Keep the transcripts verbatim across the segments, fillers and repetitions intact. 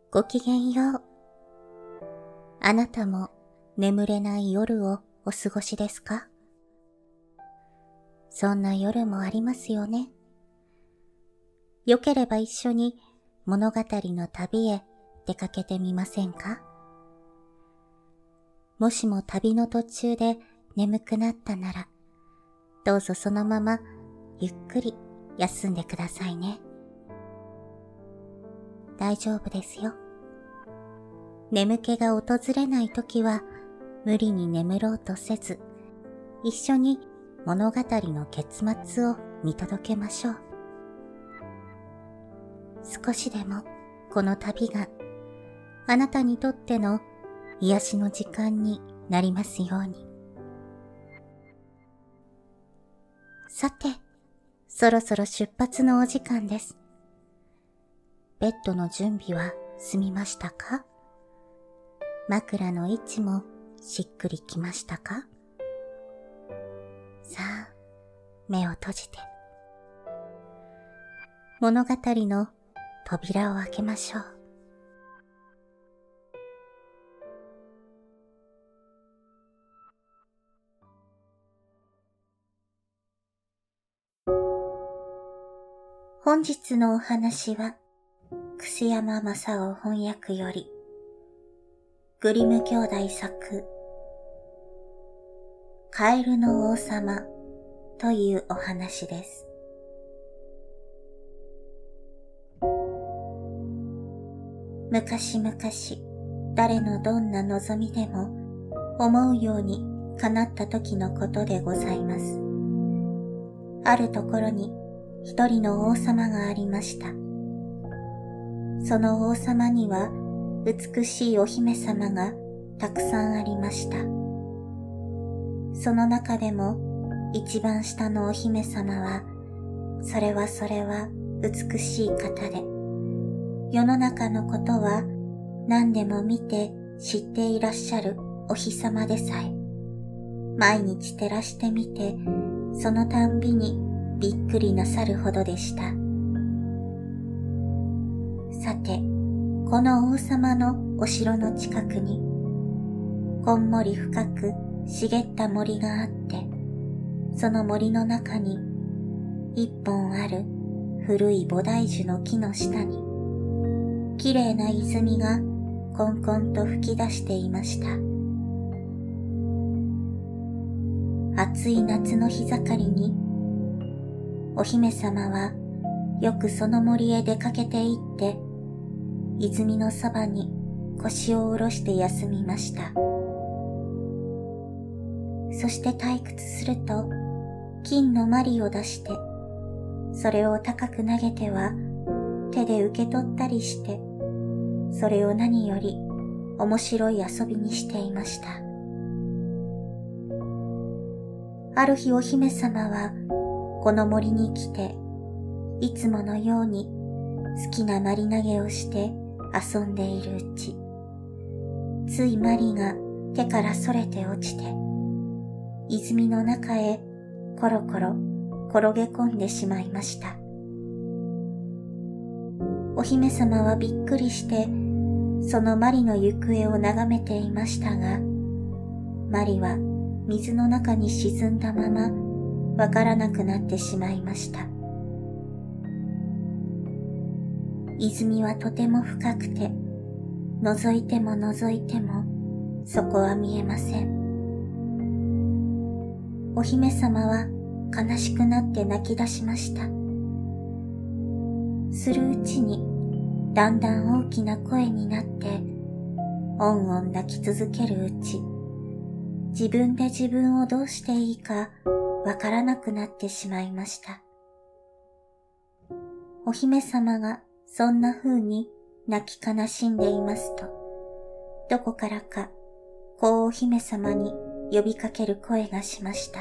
ごきげんよう。あなたも眠れない夜をお過ごしですか？そんな夜もありますよね。よければ一緒に物語の旅へ出かけてみませんか？もしも旅の途中で眠くなったなら、どうぞそのままゆっくり休んでくださいね。大丈夫ですよ。眠気が訪れないときは無理に眠ろうとせず、一緒に物語の結末を見届けましょう。少しでもこの旅があなたにとっての癒しの時間になりますように。さて、そろそろ出発のお時間です。ベッドの準備は済みましたか？枕の位置もしっくりきましたか？さあ、目を閉じて。物語の扉を開けましょう。本日のお話は、楠山正夫翻訳より、グリム兄弟作、カエルの王様というお話です。昔々、誰のどんな望みでも思うように叶った時のことでございます。あるところに一人の王様がありました。その王様には美しいお姫様がたくさんありました。その中でも一番下のお姫様は、それはそれは美しい方で、世の中のことは何でも見て知っていらっしゃるお日様でさえ、毎日照らしてみて、そのたんびにびっくりなさるほどでした。さて、この王様のお城の近くに、こんもり深く茂った森があって、その森の中に一本ある古い菩提樹の木の下に、きれいな泉がこんこんと吹き出していました。暑い夏の日盛りに、お姫様はよくその森へ出かけて行って、泉のそばに腰を下ろして休みました。そして退屈すると、金の針を出して、それを高く投げては手で受け取ったりして、それを何より面白い遊びにしていました。ある日お姫様はこの森に来て、いつものように好きな針投げをして遊んでいるうち、つい針が手からそれて落ちて、泉の中へコロコロ転げ込んでしまいました。お姫様はびっくりして、その針の行方を眺めていましたが、針は水の中に沈んだままわからなくなってしまいました。泉はとても深くて、覗いても覗いても底は見えません。お姫様は悲しくなって泣き出しました。するうちにだんだん大きな声になって、おんおん泣き続けるうち、自分で自分をどうしていいかわからなくなってしまいました。お姫様がそんな風に泣き悲しんでいますと、どこからかこうお姫様に呼びかける声がしました。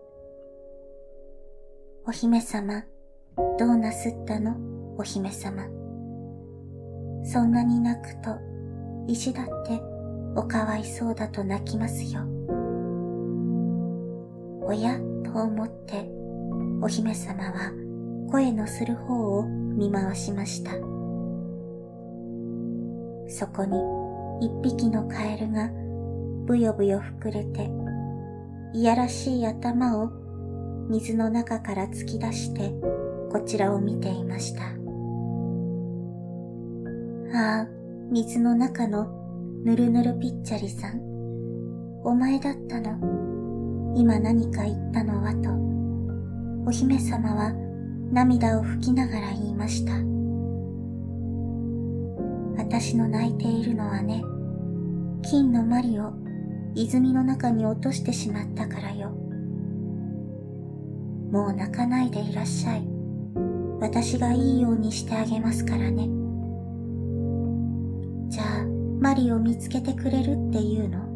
お姫様、どうなすったの？お姫様。そんなに泣くと、石だっておかわいそうだと泣きますよ。おやと思って、お姫様は声のする方を見回しました。 そこに一匹のカエルがぶよぶよ膨れて、いやらしい頭を水の中から突き出してこちらを見ていました。ああ、水の中のぬるぬるぴっちゃりさん、お前だったの。今何か言ったのはと、お姫様は涙を拭きながら言いました。私の泣いているのはね、金のマリを泉の中に落としてしまったからよ。もう泣かないでいらっしゃい。私がいいようにしてあげますからね。じゃあ、マリを見つけてくれるっていうの？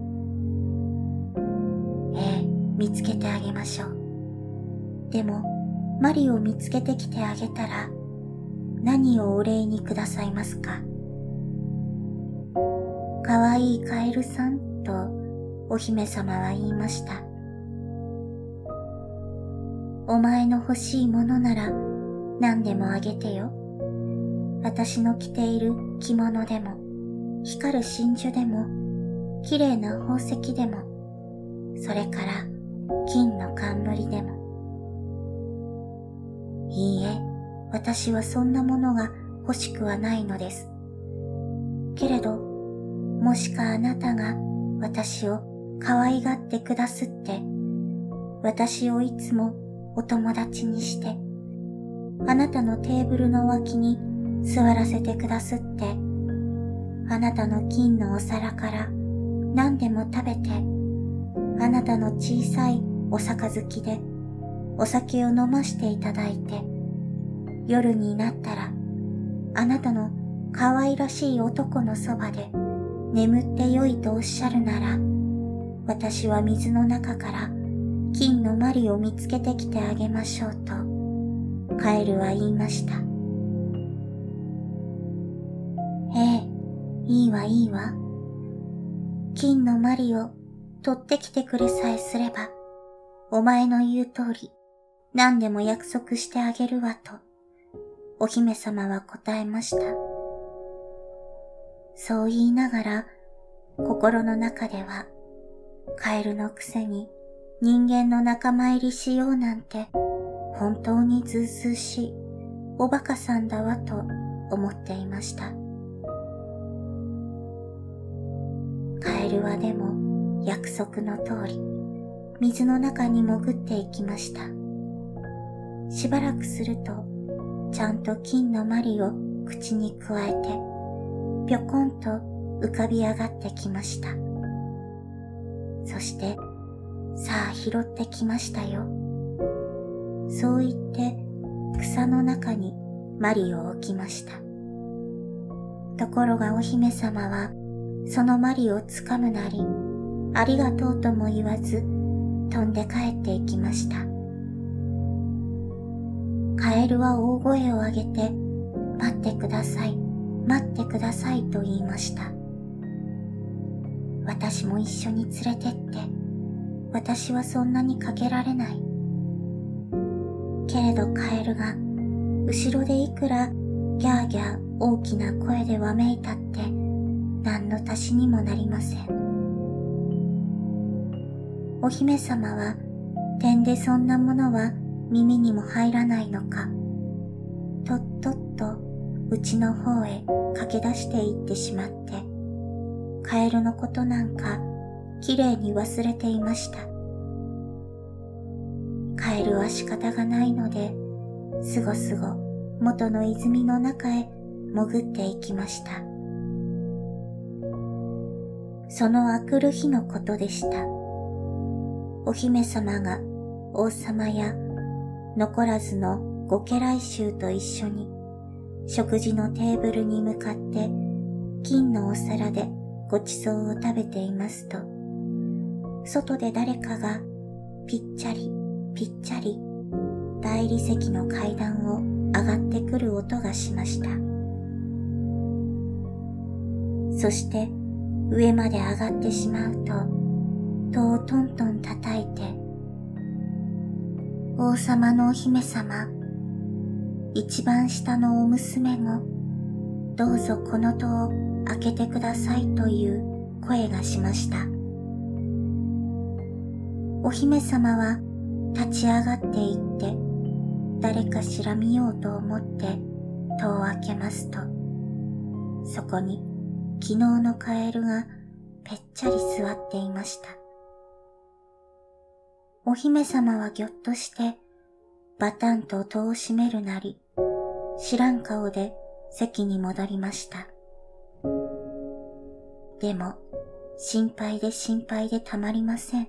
ええ、見つけてあげましょう。でも、マリを見つけてきてあげたら、何をお礼にくださいますか？かわいいカエルさんとお姫様は言いました。お前の欲しいものなら何でもあげてよ。私の着ている着物でも、光る真珠でも、綺麗な宝石でも、それから金の冠でも。いいえ、私はそんなものが欲しくはないのです。けれど、もしかあなたが私を可愛がってくだすって、私をいつもお友達にして、あなたのテーブルの脇に座らせてくだすって、あなたの金のお皿から何でも食べて、あなたの小さいお杯でお酒を飲ましていただいて、夜になったらあなたの可愛らしい男のそばで眠ってよいとおっしゃるなら、私は水の中から金のマリを見つけてきてあげましょうと、カエルは言いました。ええ、いいわいいわ。金のマリを取ってきてくれさえすれば、お前の言う通り何でも約束してあげるわと、お姫様は答えました。そう言いながら、心の中では、カエルのくせに人間の仲間入りしようなんて、本当にずうずうしいおバカさんだわと思っていました。カエルはでも約束の通り、水の中に潜っていきました。しばらくすると、ちゃんと金のマリを口にくわえて、ぴょこんと浮かび上がってきました。そして、さあ拾ってきましたよ。そう言って草の中にマリを置きました。ところがお姫様はそのマリをつかむなり、ありがとうとも言わず飛んで帰っていきました。カエルは大声を上げて、待ってください、待ってくださいと言いました。私も一緒に連れてって、私はそんなにかけられない。けれどカエルが後ろでいくらギャーギャー大きな声でわめいたって何の足しにもなりません。お姫様はてんでそんなものは耳にも入らないのか、とっとっとうちの方へ駆け出していってしまって、カエルのことなんかきれいに忘れていました。カエルは仕方がないので、すごすご元の泉の中へ潜っていきました。そのあくる日のことでした。お姫様が王様や残らずのご家来衆と一緒に食事のテーブルに向かって金のお皿でごちそうを食べていますと、外で誰かがぴっちゃりぴっちゃり大理石の階段を上がってくる音がしました。そして上まで上がってしまうと、戸をトントン叩いて、王様のお姫様、一番下のお娘も、どうぞこの戸を開けてくださいという声がしました。お姫様は立ち上がっていって誰かしら見ようと思って戸を開けますと、そこに昨日のカエルがぺっちゃり座っていました。お姫様はぎょっとしてバタンと戸を閉めるなり、知らん顔で席に戻りました。でも心配で心配でたまりません。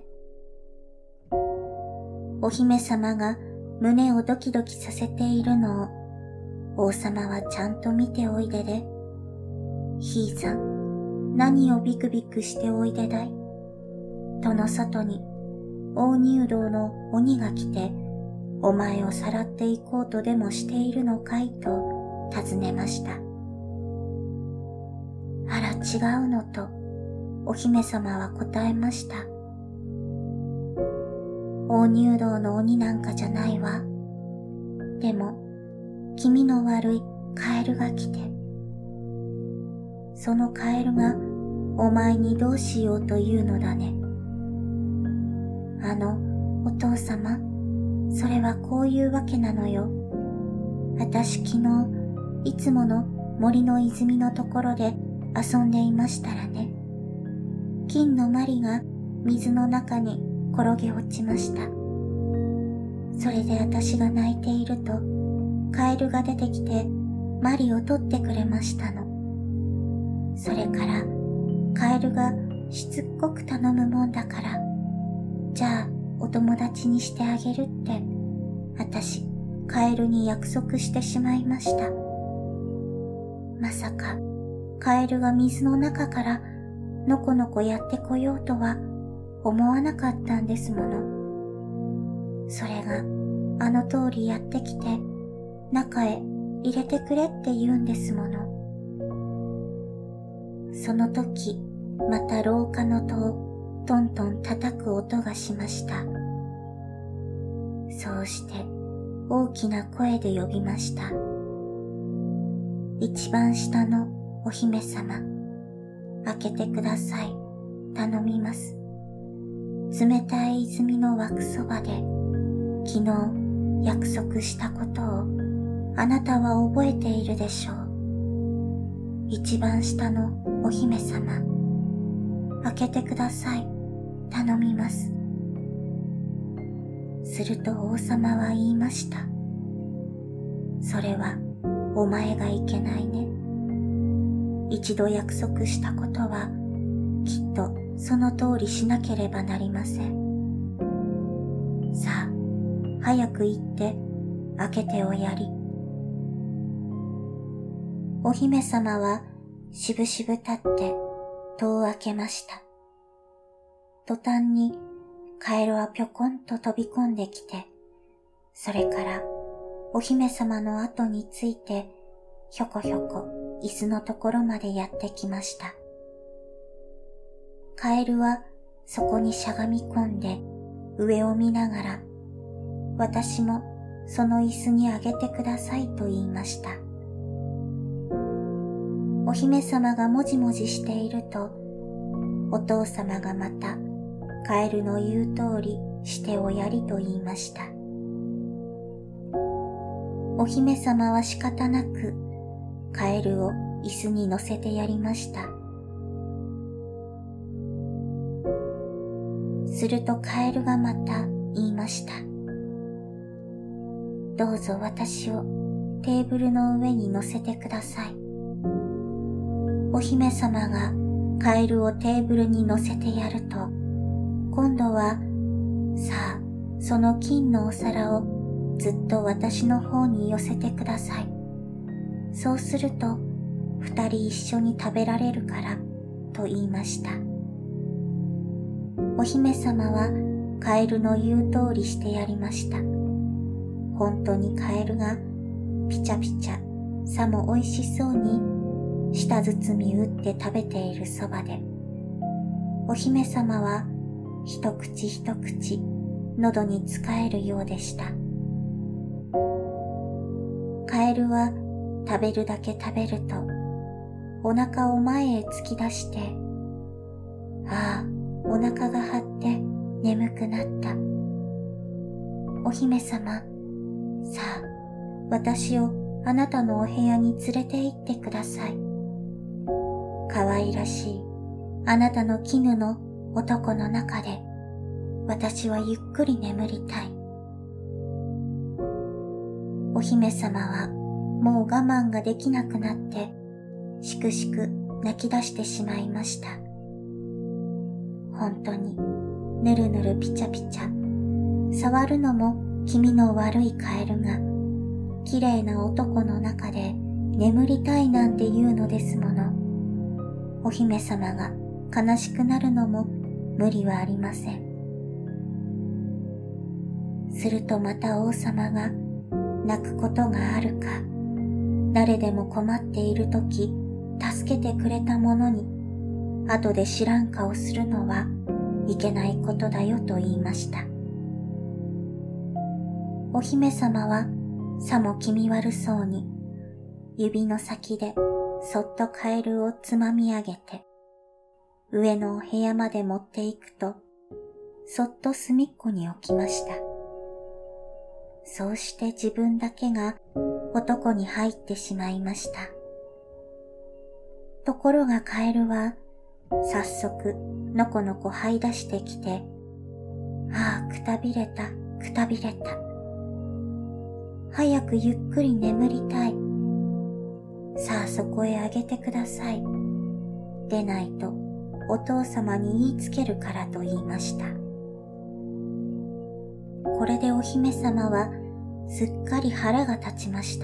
お姫様が胸をドキドキさせているのを王様はちゃんと見ておいでで、ひいさん、何をビクビクしておいでだい戸の外に大入道の鬼が来て、お前をさらっていこうとでもしているのかいと尋ねました。あら違うのとお姫様は答えました。大入道の鬼なんかじゃないわ。でも気味の悪いカエルが来て、そのカエルがお前にどうしようというのだね。あのお父様、それはこういうわけなのよ。あたし昨日いつもの森の泉のところで遊んでいましたらね、金の針が水の中に転げ落ちました。それであたしが泣いているとカエルが出てきて針を取ってくれましたの。それからカエルがしつっこく頼むもんだから、じゃあお友達にしてあげるってあたしカエルに約束してしまいました。まさかカエルが水の中からのこのこやってこようとは思わなかったんですもの。それがあの通りやってきて中へ入れてくれって言うんですもの。その時また廊下の戸をトントン叩く音がしました。そうして大きな声で呼びました。一番下のお姫様、開けてください。頼みます。冷たい泉の湧くそばで昨日約束したことをあなたは覚えているでしょう。一番下のお姫様、開けてください。頼みます。すると王様は言いました。それはお前がいけないね。一度約束したことはきっとその通りしなければなりません。さあ、早く行って開けておやり。お姫様はしぶしぶ立って戸を開けました。途端にカエルはぴょこんと飛び込んできて、それからお姫様の後についてひょこひょこ椅子のところまでやってきました。カエルはそこにしゃがみ込んで上を見ながら、私もその椅子にあげてくださいと言いました。お姫様がもじもじしていると、お父様がまたカエルの言う通りしておやりと言いました。お姫様は仕方なくカエルを椅子に乗せてやりました。するとカエルがまた言いました。どうぞ私をテーブルの上に乗せてください。お姫様がカエルをテーブルに乗せてやると、今度は、さあ、その金のお皿をずっと私の方に寄せてください。そうすると、二人一緒に食べられるから、と言いました。お姫様はカエルの言う通りしてやりました。本当にカエルがピチャピチャ、さも美味しそうに舌包み打って食べているそばで、お姫様は一口一口喉につかえるようでした。カエルは食べるだけ食べると、 お腹を前へ突き出して、ああ、お腹が張って眠くなった。お姫様、さあ、私をあなたのお部屋に連れて行ってください。可愛らしいあなたの絹の男の中で、私はゆっくり眠りたい。お姫様はもう我慢ができなくなって、しくしく泣き出してしまいました。本当に、ぬるぬるピチャピチャ、触るのも気味の悪いカエルが、綺麗な男の中で眠りたいなんて言うのですもの。お姫様が悲しくなるのも無理はありません。するとまた王様が泣くことがあるか、誰でも困っているとき助けてくれた者に後で知らん顔するのはいけないことだよと言いました。お姫様はさも気味悪そうに指の先でそっとカエルをつまみ上げて上のお部屋まで持っていくとそっと隅っこに置きました。そうして自分だけが男に入ってしまいました。ところがカエルは早速のこのこ這い出してきて、ああ、くたびれた、くたびれた。早くゆっくり眠りたい。さあそこへあげてください。でないとお父様に言いつけるからと言いました。これでお姫様はすっかり腹が立ちました。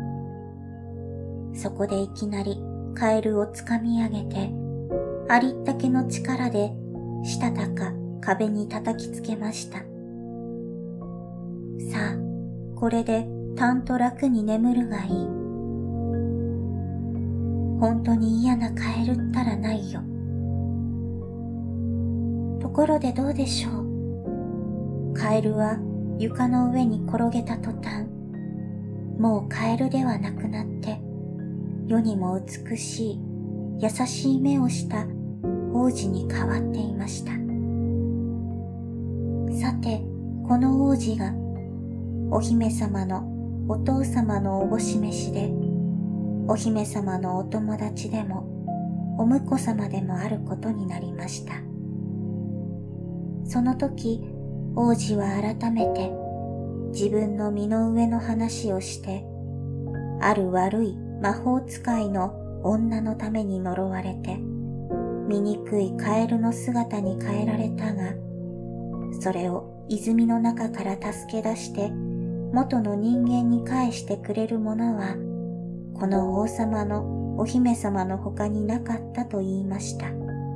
そこでいきなりカエルをつかみ上げて、ありったけの力でしたたか壁に叩きつけました。さあ、これでたんと楽に眠るがいい。本当に嫌なカエルったらないよ。ところでどうでしょう。カエルは床の上に転げた途端、もうカエルではなくなって、世にも美しい優しい目をした王子に変わっていました。さて、この王子がお姫様のお父様のおぼし飯で、お姫様のお友達でもお婿様でもあることになりました。その時、王子は改めて自分の身の上の話をして、ある悪い魔法使いの女のために呪われて、醜いカエルの姿に変えられたが、それを泉の中から助け出して元の人間に返してくれるものは、この王様のお姫様の他になかったと言いました。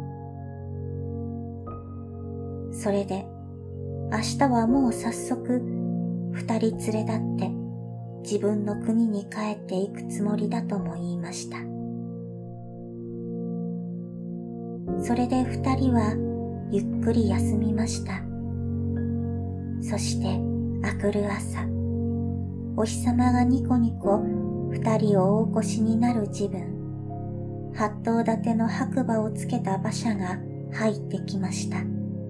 それで、明日はもう早速二人連れ立って自分の国に帰っていくつもりだとも言いました。それで二人はゆっくり休みました。そして明くる朝、お日様がニコニコ二人をお起こしになる時分、八頭立ての白馬をつけた馬車が入ってきました。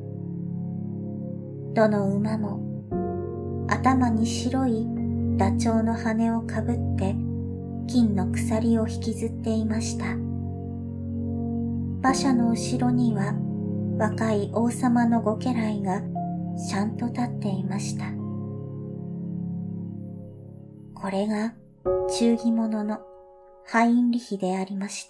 どの馬も頭に白いダチョウの羽をかぶって金の鎖を引きずっていました。馬車の後ろには若い王様のご家来がしゃんと立っていました。これが忠義者のハインリヒでありました。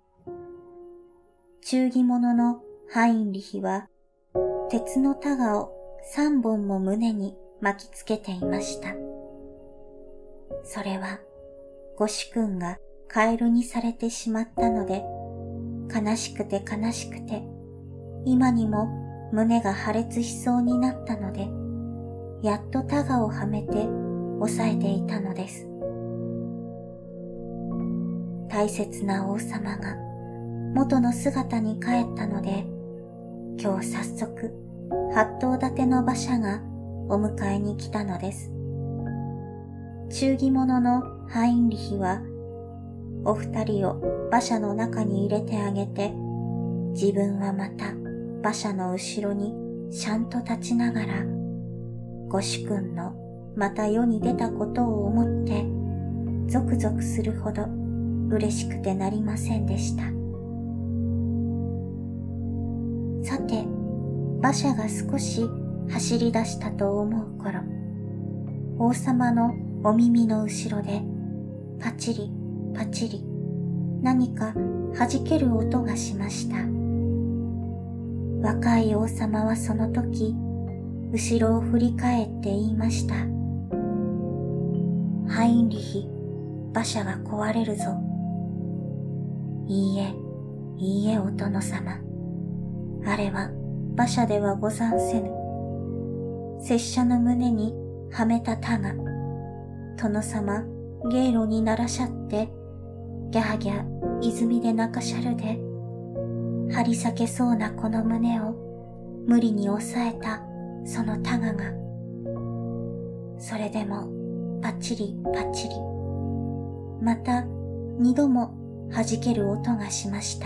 忠義者のハインリヒは鉄のタガを三本も胸に巻きつけていました。それはご主君がカエルにされてしまったので、悲しくて悲しくて今にも胸が破裂しそうになったので、やっとタガをはめて押さえていたのです。大切な王様が元の姿に帰ったので、今日早速八頭立ての馬車がお迎えに来たのです。忠義者のハインリヒはお二人を馬車の中に入れてあげて、自分はまた馬車の後ろにしゃんと立ちながら、ご主君のまた世に出たことを思ってゾクゾクするほど嬉しくてなりませんでした。さて、馬車が少し走り出したと思う頃、王様のお耳の後ろでパチリパチリ何か弾ける音がしました。若い王様はその時、後ろを振り返って言いました。ハインリヒ、馬車が壊れるぞ。いいえ、いいえお殿様。あれは馬車ではござんせぬ。拙者の胸にはめたタが、殿様、芸路にならしゃって、ギャーギャー泉で泣かしゃるで、張り裂けそうなこの胸を無理に抑えたそのタガが、それでもパチリパチリ、また二度も弾ける音がしました。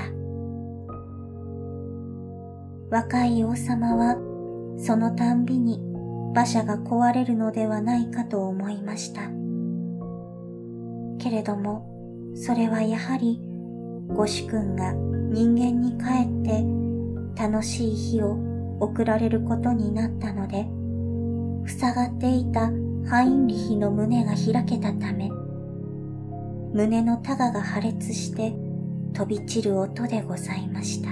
若い王様はそのたんびに馬車が壊れるのではないかと思いました。けれどもそれはやはりご主君が人間に帰って楽しい日を送られることになったので、塞がっていたハインリヒの胸が開けたため、胸のタガが破裂して飛び散る音でございました。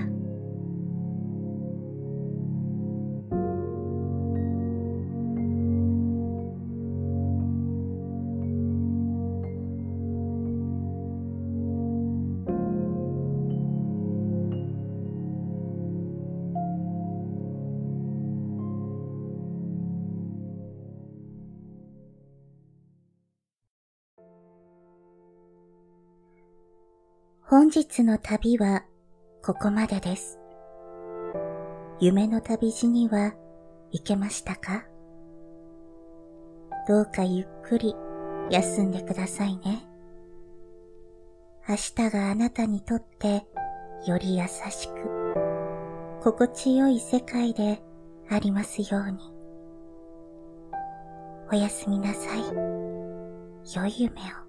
本日の旅はここまでです。夢の旅路には行けましたか？どうかゆっくり休んでくださいね。明日があなたにとってより優しく、心地よい世界でありますように。おやすみなさい。良い夢を。